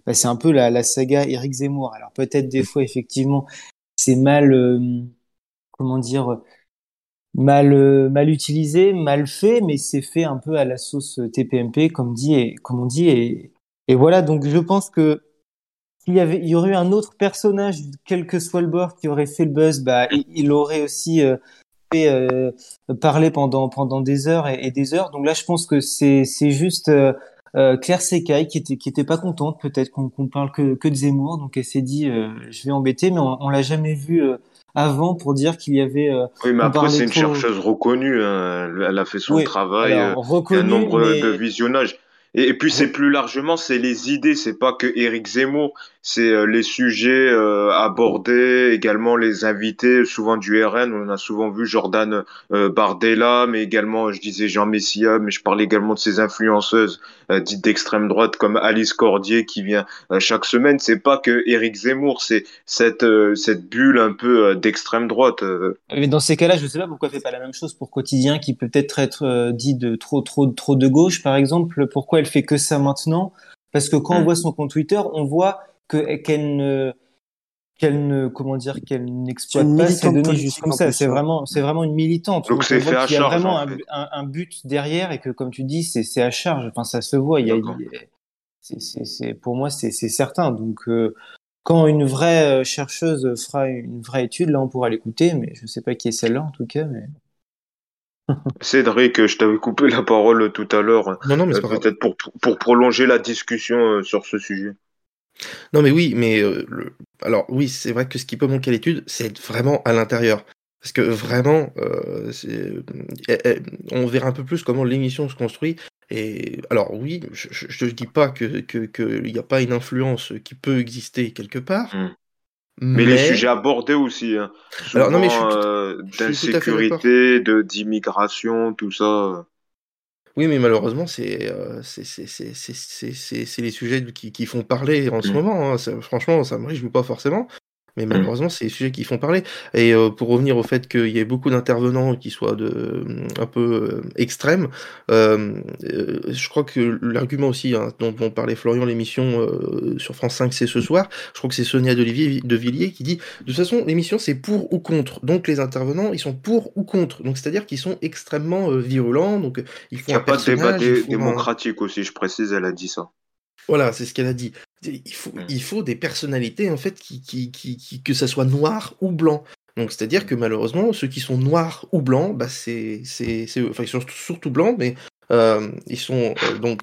c'est un peu la saga Éric Zemmour. Alors peut-être des fois effectivement c'est mal, comment dire, mal utilisé, mal fait, mais c'est fait un peu à la sauce TPMP comme on dit et voilà. Donc je pense que il y aurait eu un autre personnage, quel que soit le bord, qui aurait fait le buzz, bah il aurait aussi fait parler pendant des heures et des heures. Donc là, je pense que c'est juste Claire Secaille qui était pas contente peut-être qu'on parle que de Zemmour, donc elle s'est dit je vais embêter, mais on l'a jamais vu avant pour dire qu'il y avait Oui, mais qu'on après, parlait c'est une trop. chercheuse reconnue, hein. Elle a fait son Oui, travail, alors il y a un reconnu, nombre de mais visionnages. Et puis, c'est plus largement, c'est les idées, c'est pas que Éric Zemmour, c'est les sujets abordés, également les invités, souvent du RN. On a souvent vu Jordan Bardella, mais également, je disais Jean Messia, mais je parlais également de ces influenceuses dites d'extrême droite comme Alice Cordier qui vient chaque semaine. C'est pas que Éric Zemmour, c'est cette bulle un peu d'extrême droite. Mais dans ces cas-là, je sais pas pourquoi elle fait pas la même chose pour Quotidien, qui peut peut-être être dit de trop de gauche, par exemple. Pourquoi elle fait que ça maintenant? Parce que quand on Hmm. voit son compte Twitter, on voit qu'elle ne comment dire qu'elle C'est une n'exploite pas ses militante données juste politique comme en ça. plus, ouais. C'est vraiment une militante. Donc Donc on c'est voit fait à qu'il y a charge en vraiment fait. un but derrière et que comme tu dis, c'est à charge. Enfin, ça se voit. D'accord. Pour moi, c'est certain. Donc quand une vraie chercheuse fera une vraie étude, là, on pourra l'écouter. Mais je sais pas qui est celle-là en tout cas. Mais Cédric, je t'avais coupé la parole tout à l'heure, Non, non, mais c'est pas grave. peut-être pour prolonger la discussion sur ce sujet. Non, mais oui, mais alors oui, c'est vrai que ce qui peut manquer à l'étude, c'est être vraiment à l'intérieur. Parce que vraiment, on verra un peu plus comment l'émission se construit. Et alors oui, je dis pas que il n'y a pas une influence qui peut exister quelque part, Hmm. Mais les sujets mais abordés aussi, hein. alors non, mais Souvent je suis tout à fait d'accord. d'insécurité, de d'immigration, tout ça. Oui, mais malheureusement, c'est les sujets qui font parler en ce Hmm. moment, hein. Franchement, ça me réjouit pas forcément, mais Hmm. malheureusement, c'est les sujets qui font parler. Et pour revenir au fait qu'il y ait beaucoup d'intervenants qui soient un peu extrêmes, je crois que l'argument aussi, hein, dont parlait Florian, l'émission sur France 5, c'est ce soir. Je crois que c'est Sonia de Villiers qui dit de toute façon, l'émission c'est pour ou contre. Donc les intervenants, ils sont pour ou contre. Donc c'est-à-dire qu'ils sont extrêmement virulents. Donc ils Qu'il font n'y un a pas de débat personnage, ils font un... démocratique aussi, je précise, elle a dit ça. Voilà, c'est ce qu'elle a dit. Hmm. Il faut des personnalités, en fait, que ça soit noir ou blanc. Donc, c'est-à-dire que malheureusement, ceux qui sont noirs ou blancs, bah, c'est eux. Enfin, ils sont surtout blancs, mais ils sont donc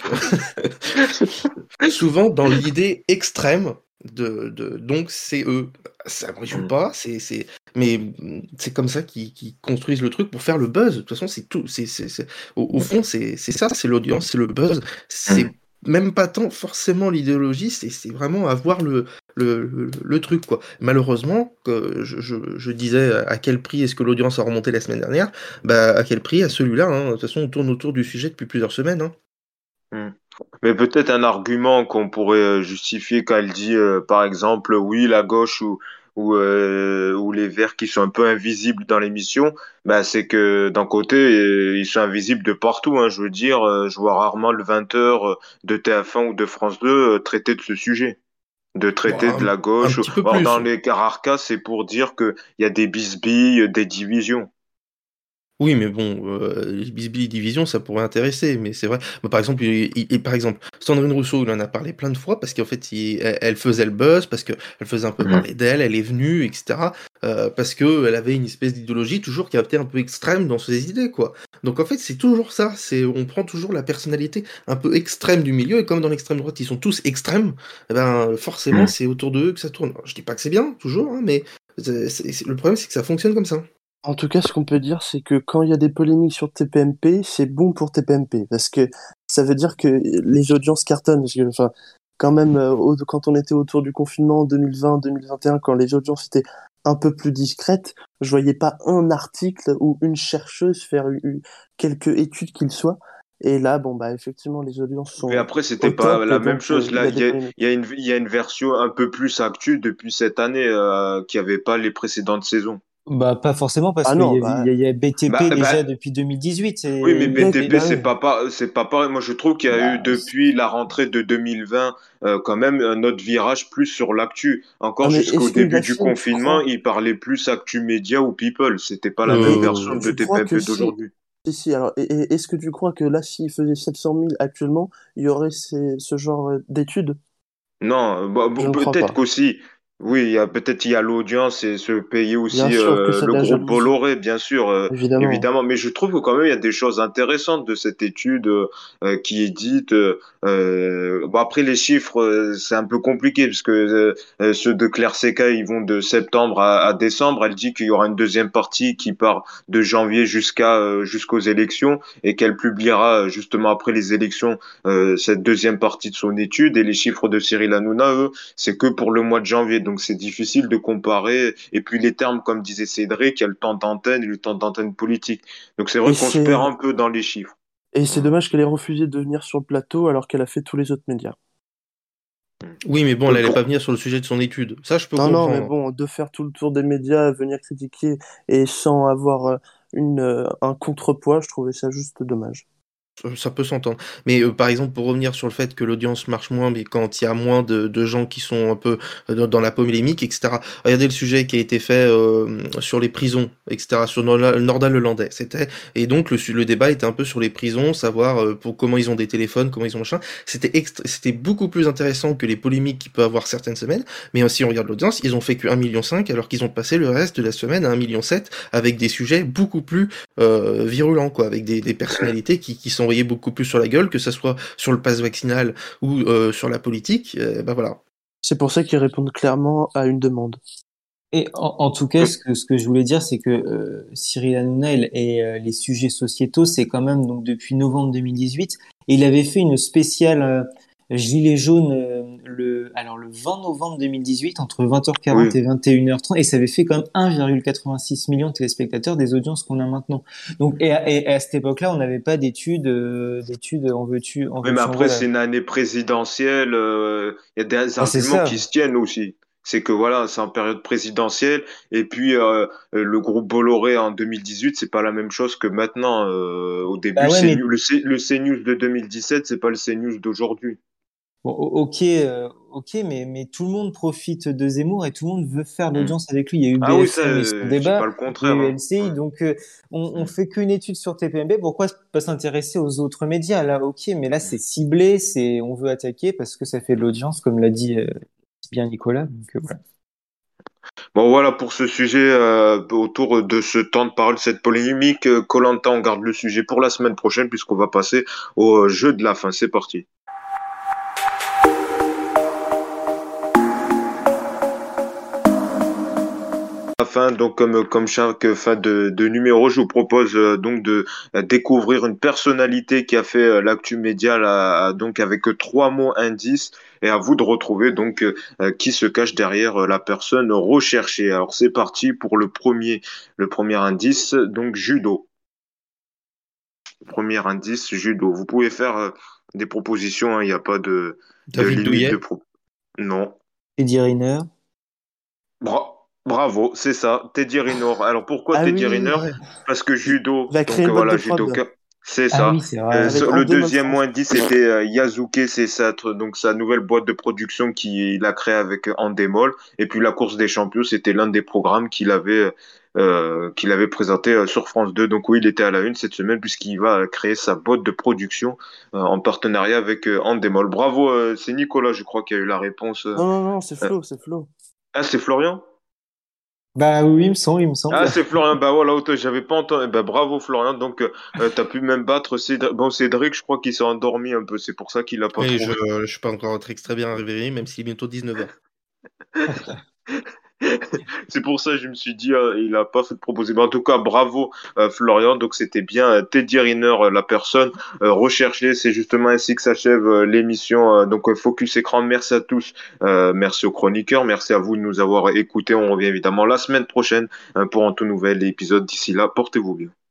souvent dans l'idée extrême donc c'est eux. Ça me réjouit Hmm. pas, mais c'est comme ça qu'ils construisent le truc pour faire le buzz. De toute façon, c'est tout. Au fond, c'est ça, c'est l'audience, c'est le buzz. Hmm. C'est même pas tant forcément l'idéologie, c'est vraiment avoir le truc, quoi. Malheureusement, que je disais à quel prix est-ce que l'audience a remonté la semaine dernière, bah à quel prix? À celui-là, hein. De toute façon, on tourne autour du sujet depuis plusieurs semaines, hein. Hmm. Mais peut-être un argument qu'on pourrait justifier quand elle dit, par exemple, oui, la gauche ou les Verts qui sont un peu invisibles dans l'émission, bah, c'est que d'un côté, ils sont invisibles de partout, hein. Je veux dire, je vois rarement le 20h de TF1 ou de France 2 traiter de ce sujet, de Bon, traiter de la un gauche. petit peu Or, dans plus. les rares cas, c'est pour dire qu'il y a des bisbilles, des divisions. Oui, mais bon, les Bisbee Division, ça pourrait intéresser, mais c'est vrai. Bah, par exemple, par exemple, Sandrine Rousseau, il en a parlé plein de fois parce qu'en fait, elle faisait le buzz, parce qu'elle faisait un peu Mhm. parler d'elle, elle est venue, etc. Parce que elle avait une espèce d'idéologie toujours qui a été un peu extrême dans ses idées, quoi. Donc en fait, c'est toujours ça. On prend toujours la personnalité un peu extrême du milieu, et comme dans l'extrême droite, ils sont tous extrêmes, eh ben forcément, Mhm. c'est autour d'eux que ça tourne. Alors, je dis pas que c'est bien, toujours, hein, mais le problème, c'est que ça fonctionne comme ça. En tout cas, ce qu'on peut dire, c'est que quand il y a des polémiques sur TPMP, c'est bon pour TPMP, parce que ça veut dire que les audiences cartonnent. Parce que, enfin, quand même, quand on était autour du confinement en 2020-2021, quand les audiences étaient un peu plus discrètes, je voyais pas un article ou une chercheuse faire quelques études qu'il soit. Et là, bon, bah, effectivement, les audiences Mais sont après, c'était au pas top, la même donc chose. il Là, y a des polémiques. il y a une version un peu plus actuelle depuis cette année qui avait pas les précédentes saisons. Bah, pas forcément, parce Ah qu'il non, y a, il y a Bah, BTP déjà bah, depuis 2018. oui, mais BTP, bah oui. c'est pas pareil. Moi, je trouve qu'il y a eu, Bah, depuis la rentrée de 2020, quand même, un autre virage plus sur l'actu. Ah, Encore mais jusqu'au est-ce que début du Yacine, tu confinement, crois? il parlait plus actu média ou people. C'était pas la même Mais version Euh, de tu crois que TPMP si, d'aujourd'hui. si, alors, est-ce que tu crois que là, s'il faisait 700 000 actuellement, il y aurait ce genre d'études? Non, bah, Je ne crois peut-être pas. qu'aussi, oui, il y a l'audience et se payer Bien aussi sûr que c'est de le la groupe jalousie, Bolloré, bien sûr, évidemment. évidemment. Mais je trouve que quand même il y a des choses intéressantes de cette étude qui est dite. Bon, après les chiffres, c'est un peu compliqué parce que ceux de Claire Seca, ils vont de septembre à décembre. Elle dit qu'il y aura une deuxième partie qui part de janvier jusqu'aux élections et qu'elle publiera justement après les élections cette deuxième partie de son étude. Et les chiffres de Cyril Hanouna, eux, c'est que pour le mois de janvier. Donc c'est difficile de comparer. Et puis les termes, comme disait Cédric, il y a le temps d'antenne et le temps d'antenne politique. Donc c'est Et vrai qu'on se perd c'est, un peu dans les chiffres. et c'est Voilà. dommage qu'elle ait refusé de venir sur le plateau alors qu'elle a fait tous les autres médias. Oui, mais bon, elle allait pas Pour... venir sur le sujet de son étude. Ça, je peux Non, non, mais comprendre. bon, de faire tout le tour des médias, venir critiquer et sans avoir un contrepoids, je trouvais ça juste dommage. Ça peut s'entendre. Mais par exemple, pour revenir sur le fait que l'audience marche moins, mais quand il y a moins de gens qui sont un peu dans la polémique, etc. Regardez le sujet qui a été fait sur les prisons, etc. Sur Nordal-Lelandais. Et donc le débat était un peu sur les prisons, savoir pour comment ils ont des téléphones, comment ils ont machin. C'était beaucoup plus intéressant que les polémiques qu'il peut avoir certaines semaines. Mais si on regarde l'audience, ils ont fait que 1,5 million alors qu'ils ont passé le reste de la semaine à 1,7 million avec des sujets beaucoup plus virulents, quoi, avec des personnalités qui s'envoyaient beaucoup plus sur la gueule, que ce soit sur le pass vaccinal ou sur la politique. Bah voilà. C'est pour ça qu'ils répondent clairement à une demande. et en tout cas, ce que je voulais dire, c'est que Cyril Hanouna et les sujets sociétaux, c'est quand même donc depuis novembre 2018. Et il avait fait une spéciale Gilets jaunes le 20 novembre 2018 entre 20h40 Oui. et 21h30 et ça avait fait quand même 1,86 million de téléspectateurs des audiences qu'on a maintenant. Donc et à cette époque-là, on n'avait pas d'études en Oui, mais veux-tu en après, voilà. c'est une année présidentielle. Il y a des Bah, c'est arguments qui ça. se tiennent aussi. C'est que voilà, c'est en période présidentielle. Et puis, le groupe Bolloré en 2018, c'est pas la même chose que maintenant. Au début, Bah ouais, mais Le CNews de 2017, c'est pas le CNews d'aujourd'hui. bon, ok, ok, mais tout le monde profite de Zemmour et tout le monde veut faire de Hmm. l'audience avec lui. Il y a eu Ah oui, ça, BFM et son je dis pas débat, le il y a contraire, eu hein. LCI, Ouais. donc on Hmm. fait qu'une étude sur TPMP. Pourquoi pas s'intéresser aux autres médias? Là, ok, mais là c'est ciblé, c'est on veut attaquer parce que ça fait de l'audience, comme l'a dit bien Nicolas. Donc voilà. Bon, voilà pour ce sujet autour de ce temps de parole, cette polémique. Koh on garde le sujet pour la semaine prochaine puisqu'on va passer au jeu de la fin. C'est parti. La fin, donc comme chaque fin de numéro, je vous propose donc de découvrir une personnalité qui a fait l'actu média là, donc avec trois mots indices et à vous de retrouver donc qui se cache derrière la personne recherchée. Alors c'est parti pour le premier indice, donc judo. Premier indice, judo. Vous pouvez faire des propositions, hein, il n'y a pas de David limite de Douillet. pro. Non. Eddie Riner. Bravo, c'est ça, Teddy Riner. Alors pourquoi Ah Teddy oui, Riner? Parce que judo, il a créé donc une boîte de voilà, prod judoka, c'est Ah ça. oui, c'est vrai. avec Le Andemol deuxième France. moins 10, c'était Yasuke, c'est ça, donc sa nouvelle boîte de production qu'il a créée avec Endemol. Et puis la course des champions, c'était l'un des programmes qu'il avait présenté sur France 2. Donc oui, il était à la une cette semaine puisqu'il va créer sa boîte de production en partenariat avec Endemol. Bravo, c'est Nicolas, je crois, qui a eu la réponse. Non, non, non, c'est Euh, Flo, c'est Flo. Ah, c'est Florian? Bah oui, il me semble, il me Ah, semble. c'est Florian. Bah voilà, autant, j'avais pas entendu. Bah bravo Florian. Donc, t'as pu même battre Cédric. Bon, Cédric, je crois qu'il s'est endormi un peu. C'est pour ça qu'il l'a pas Et trouvé. je suis pas encore très bien réveillé, même s'il est bientôt 19h. C'est pour ça que je me suis dit, il a pas fait de proposition. Mais en tout cas, bravo Florian. Donc, c'était bien Teddy Riner, la personne recherchée. C'est justement ainsi que s'achève l'émission. Donc, Focus Écran. Merci à tous. Merci aux chroniqueurs. Merci à vous de nous avoir écoutés. On revient évidemment la semaine prochaine pour un tout nouvel épisode. D'ici là, portez-vous bien.